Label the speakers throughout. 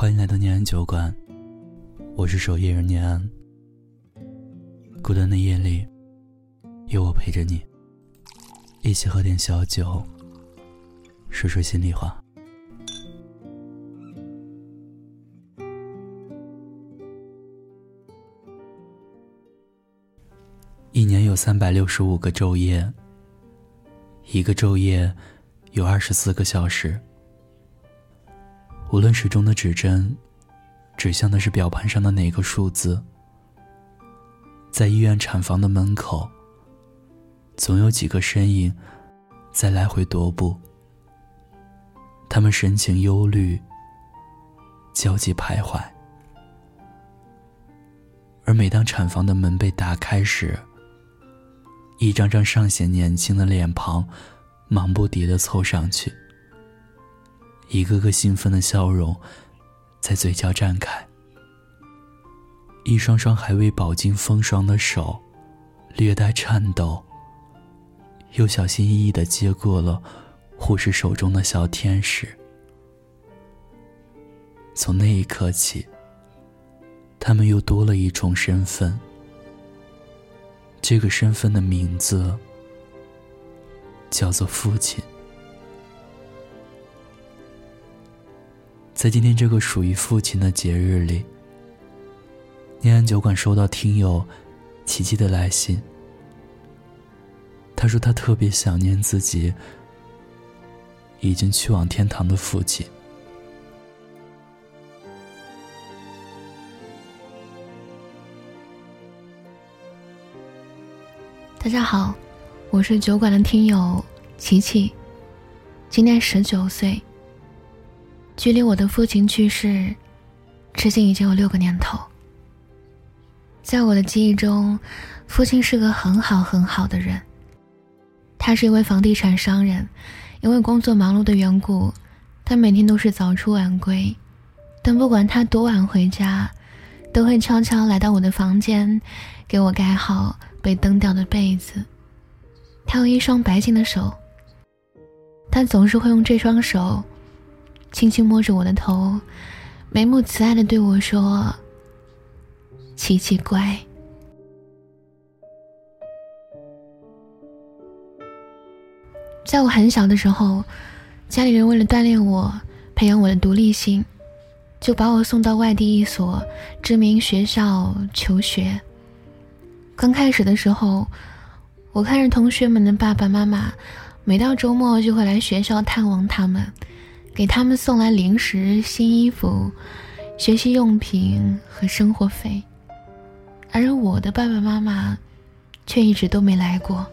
Speaker 1: 欢迎来到念安酒馆，我是守夜人念安。孤单的夜里，有我陪着你，一起喝点小酒，说说心里话。一年有365个昼夜，一个昼夜有24个小时。无论时钟的指针指向的是表盘上的哪个数字，在医院产房的门口，总有几个身影在来回踱步，他们神情忧虑，焦急徘徊。而每当产房的门被打开时，一张张尚显年轻的脸庞忙不迭地凑上去，一个个兴奋的笑容在嘴角绽开，一双双还未饱经风霜的手略带颤抖，又小心翼翼地接过了护士手中的小天使。从那一刻起，他们又多了一重身份，这个身份的名字叫做父亲。在今天这个属于父亲的节日里，念安酒馆收到听友琪琪的来信。他说他特别想念自己已经去往天堂的父亲。
Speaker 2: 大家好，我是酒馆的听友琪琪，今年19岁，距离我的父亲去世至今已经有6个年头。在我的记忆中，父亲是个很好的人。他是一位房地产商人，因为工作忙碌的缘故，他每天都是早出晚归，但不管他多晚回家，都会悄悄来到我的房间，给我盖好被蹬掉的被子。他有一双白净的手，他总是会用这双手轻轻摸着我的头，眉目慈爱地对我说：琪琪乖。在我很小的时候，家里人为了锻炼我，培养我的独立性，就把我送到外地一所知名学校求学。刚开始的时候，我看着同学们的爸爸妈妈每到周末就会来学校探望他们，给他们送来零食、新衣服、学习用品和生活费，而我的爸爸妈妈却一直都没来过。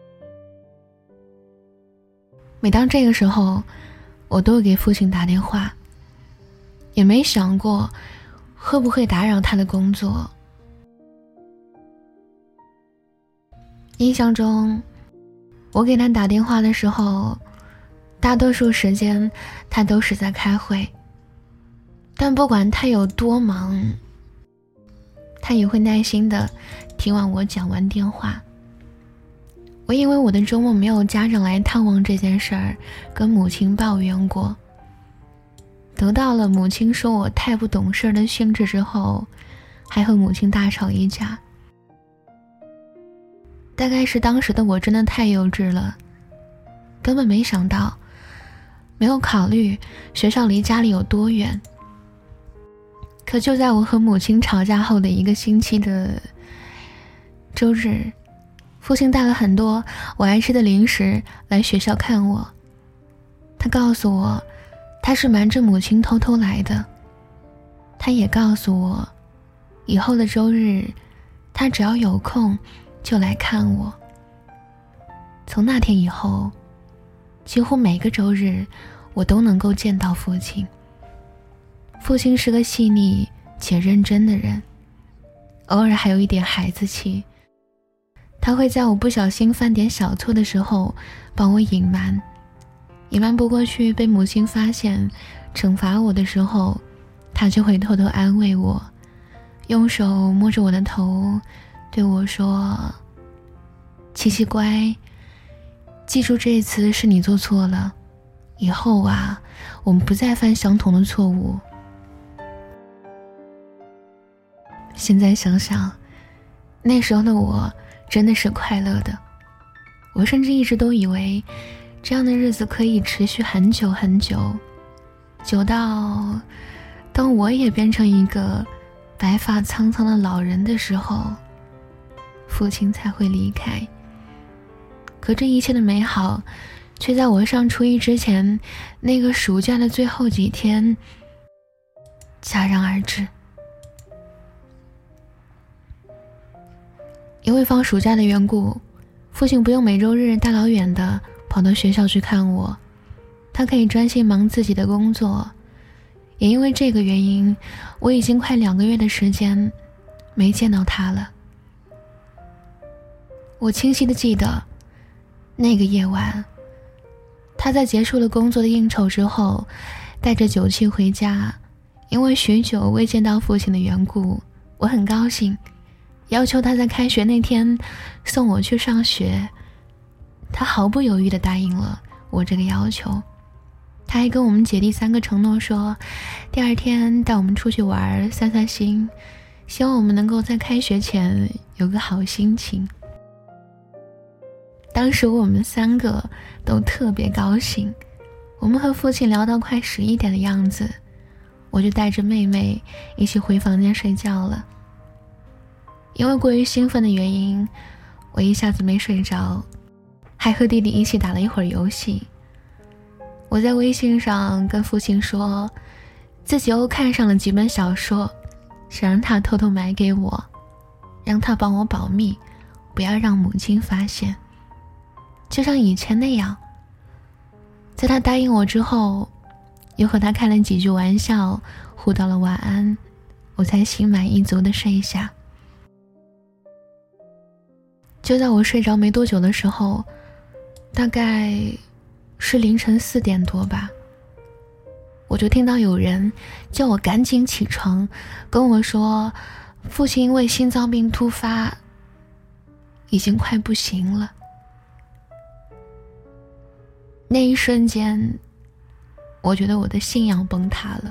Speaker 2: 每当这个时候，我都会给父亲打电话，也没想过会不会打扰他的工作。印象中，我给他打电话的时候，大多数时间他都是在开会，但不管他有多忙，他也会耐心地听完我讲完电话。我因为我的周末没有家长来探望这件事儿，跟母亲抱怨过，得到了母亲说我太不懂事的训斥之后，还和母亲大吵一架。大概是当时的我真的太幼稚了，根本没想到，没有考虑学校离家里有多远。可就在我和母亲吵架后的1个星期的周日，父亲带了很多我爱吃的零食来学校看我。他告诉我，他是瞒着母亲偷偷来的。他也告诉我，以后的周日，他只要有空就来看我。从那天以后，几乎每个周日我都能够见到父亲。父亲是个细腻且认真的人，偶尔还有一点孩子气。他会在我不小心犯点小错的时候帮我隐瞒不过去被母亲发现惩罚我的时候，他就会偷偷安慰我，用手摸着我的头对我说：琪琪乖，记住这次是你做错了，以后啊，我们不再犯相同的错误。 现在想想，那时候的我真的是快乐的。我甚至一直都以为这样的日子可以持续很久很久，久到当我也变成一个白发苍苍的老人的时候，父亲才会离开。可这一切的美好却在我上初一之前那个暑假的最后几天戛然而止。因为放暑假的缘故，父亲不用每周日大老远的跑到学校去看我，他可以专心忙自己的工作。也因为这个原因，我已经快2个月的时间没见到他了。我清晰地记得那个夜晚，他在结束了工作的应酬之后，带着酒气回家。因为许久未见到父亲的缘故，我很高兴，要求他在开学那天送我去上学。他毫不犹豫地答应了我这个要求。他还跟我们姐弟3个承诺说，第2天带我们出去玩散散心，希望我们能够在开学前有个好心情。当时我们3个都特别高兴，我们和父亲聊到快11点的样子，我就带着妹妹一起回房间睡觉了。因为过于兴奋的原因，我一下子没睡着，还和弟弟一起打了一会儿游戏。我在微信上跟父亲说，自己又看上了几本小说，想让他偷偷买给我，让他帮我保密，不要让母亲发现。就像以前那样，在他答应我之后，又和他开了几句玩笑，互道了晚安，我才心满意足地睡下。就在我睡着没多久的时候，大概是凌晨4点多吧，我就听到有人叫我赶紧起床，跟我说父亲因为心脏病突发，已经快不行了。那一瞬间，我觉得我的信仰崩塌了。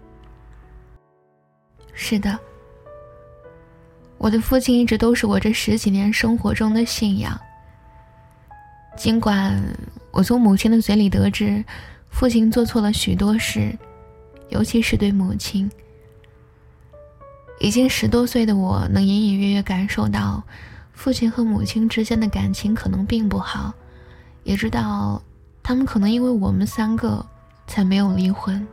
Speaker 2: 是的，我的父亲一直都是我这10几年生活中的信仰。尽管我从母亲的嘴里得知父亲做错了许多事，尤其是对母亲，已经10多岁的我能隐隐约约感受到父亲和母亲之间的感情可能并不好，也知道他们可能因为我们3个才没有离婚。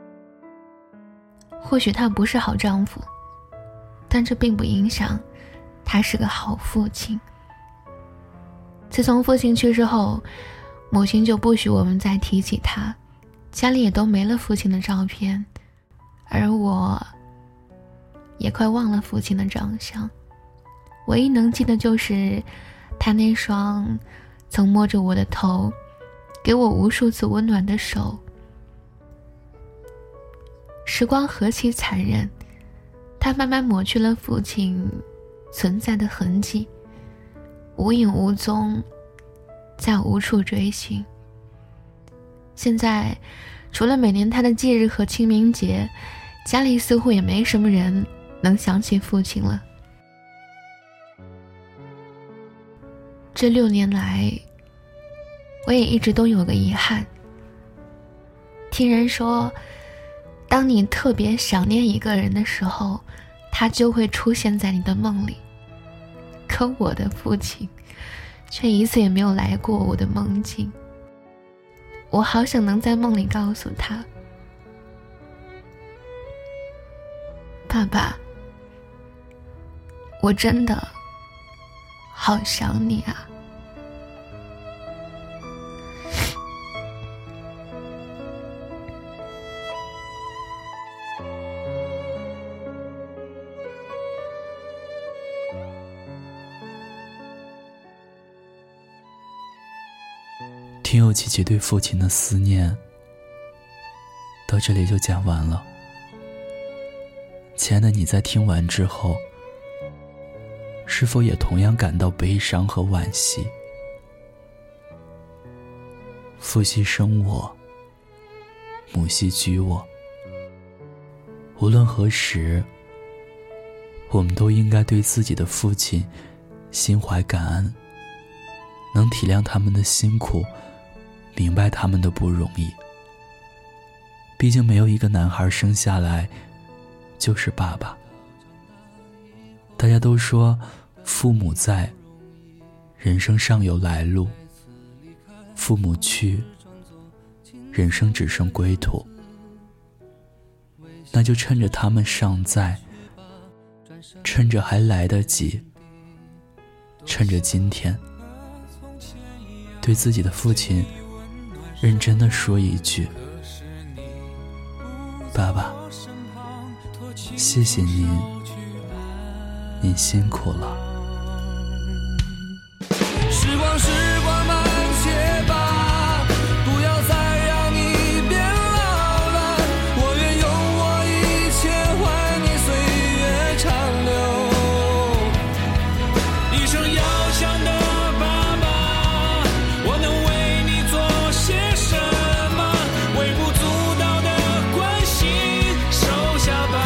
Speaker 2: 或许他不是好丈夫，但这并不影响他是个好父亲。自从父亲去世后，母亲就不许我们再提起他，家里也都没了父亲的照片，而我也快忘了父亲的长相。唯一能记得就是他那双曾摸着我的头，给我无数次温暖的手。时光何其残忍，它慢慢抹去了父亲存在的痕迹，无影无踪，再无处追寻。现在除了每年他的忌日和清明节，家里似乎也没什么人能想起父亲了。这6年来，我也一直都有个遗憾。听人说，当你特别想念一个人的时候，他就会出现在你的梦里。可我的父亲却一次也没有来过我的梦境。我好想能在梦里告诉他，爸爸，我真的好想你啊。
Speaker 1: 听友琪琪对父亲的思念到这里就讲完了。亲爱的，你在听完之后，是否也同样感到悲伤和惋惜？父兮生我，母兮居我。无论何时， 我们都应该对自己的父亲心怀感恩，能体谅他们的辛苦，明白他们的不容易。毕竟没有一个男孩生下来就是爸爸。大家都说父母在，人生尚有来路；父母去，人生只剩归途。那就趁着他们尚在，趁着还来得及，趁着今天，对自己的父亲认真地说一句：爸爸，谢谢您，您辛苦了。
Speaker 3: 时光慢些吧，不要再让你变老了。我愿用我一切换你岁月长流。一生要强的爸爸，我能为你做些什么？微不足道的关心收下吧。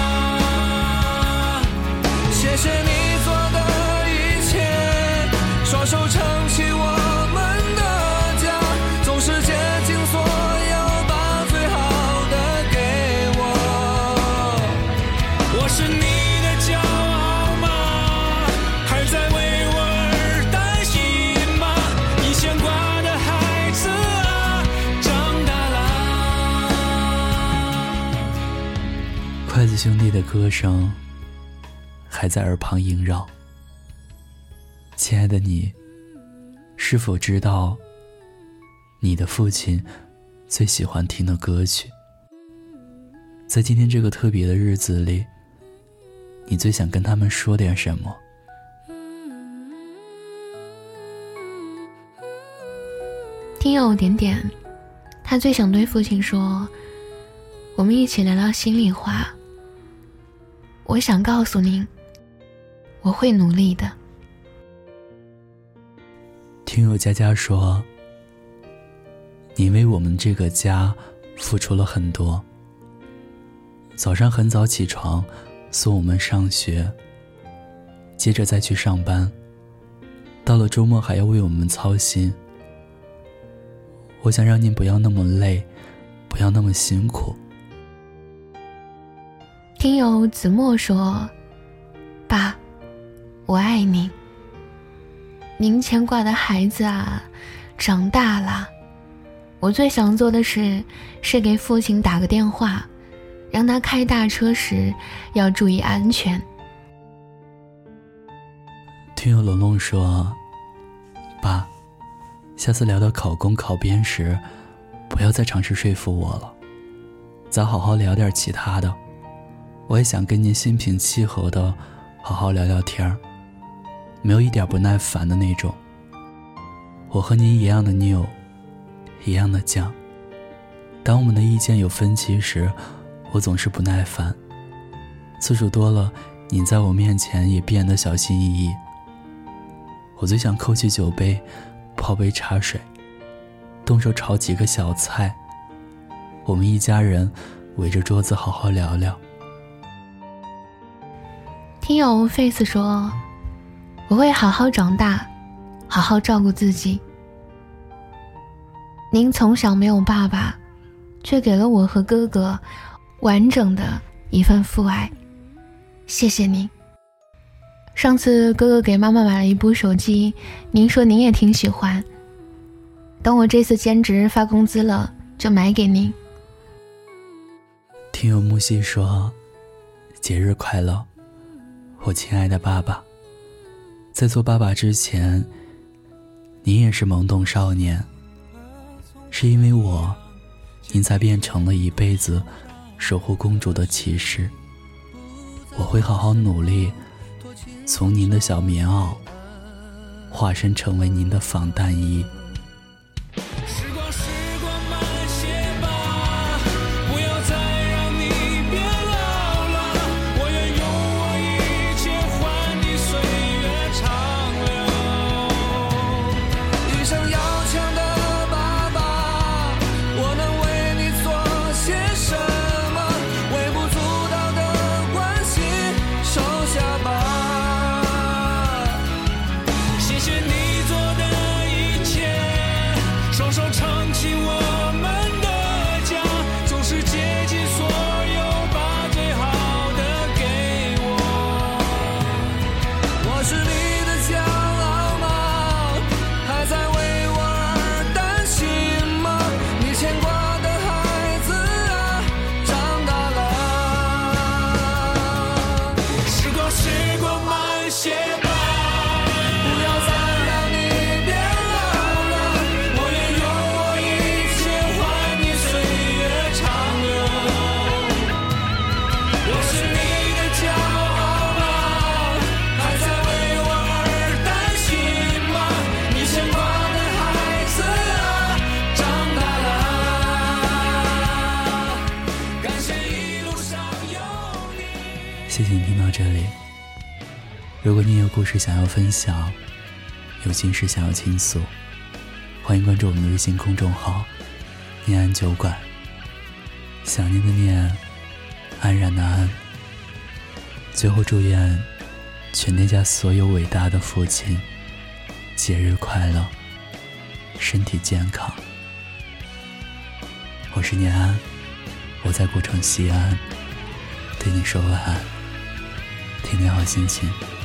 Speaker 3: 谢谢你做的一切，双手撑起我们的家，总是竭尽所有把最好的给我。我是你的骄傲吗？还在为我而担心吗？你牵挂的孩子啊，长大啦。
Speaker 1: 筷子兄弟的歌声还在耳旁萦绕。亲爱的你，是否知道你的父亲最喜欢听的歌曲？在今天这个特别的日子里，你最想跟他们说点什么？
Speaker 2: 听友点点，他最想对父亲说，我们一起聊聊心里话。我想告诉您，我会努力的。
Speaker 1: 听友佳佳说，你为我们这个家付出了很多，早上很早起床送我们上学，接着再去上班，到了周末还要为我们操心。我想让您不要那么累，不要那么辛苦。
Speaker 2: 听友子墨说，爸，我爱您。您牵挂的孩子啊，长大了。我最想做的事是给父亲打个电话，让他开大车时要注意安全。
Speaker 1: 听友龙龙说，爸，下次聊到考公考编时，不要再尝试说服我了，咱好好聊点其他的。我也想跟您心平气和的好好聊聊天儿，没有一点不耐烦的那种。我和您一样的拗，一样的犟。当我们的意见有分歧时，我总是不耐烦。次数多了，您在我面前也变得小心翼翼。我最想扣起酒杯，泡杯茶水，动手炒几个小菜，我们一家人围着桌子好好聊聊。
Speaker 2: 听友 Face 说，我会好好长大，好好照顾自己。您从小没有爸爸，却给了我和哥哥完整的一份父爱，谢谢您。上次哥哥给妈妈买了一部手机，您说您也挺喜欢，等我这次兼职发工资了就买给您。
Speaker 1: 听友木西说，节日快乐，我亲爱的爸爸。在做爸爸之前，您也是懵懂少年，是因为我，您才变成了一辈子守护公主的骑士。我会好好努力，从您的小棉袄化身成为您的防弹衣。
Speaker 3: 时光慢些吧，不要再让你变老了。我愿用我一切换你岁月长流。一生要强的爸爸，我能为你做些什么？微不足道的关心收下手撑起我们的家，总是竭尽所有把最好的给我。我是你的骄傲吗？还在为我而担心吗？你牵挂的孩子啊，长大了。时光慢些吧，不要再让你变老了。我愿用我一切换你岁月长流。我是你的骄傲吗？还在为我而担心吗？你牵挂的孩子啊，长大了。感谢一路上有你。
Speaker 1: 谢谢你听到这里。如果你有故事想要分享，有心事想要倾诉，欢迎关注我们的微信公众号念安酒馆。想念的念，安然的安。最后祝愿全天下所有伟大的父亲节日快乐，身体健康。我是念安，我在古城西安对你说晚安，天天好心情。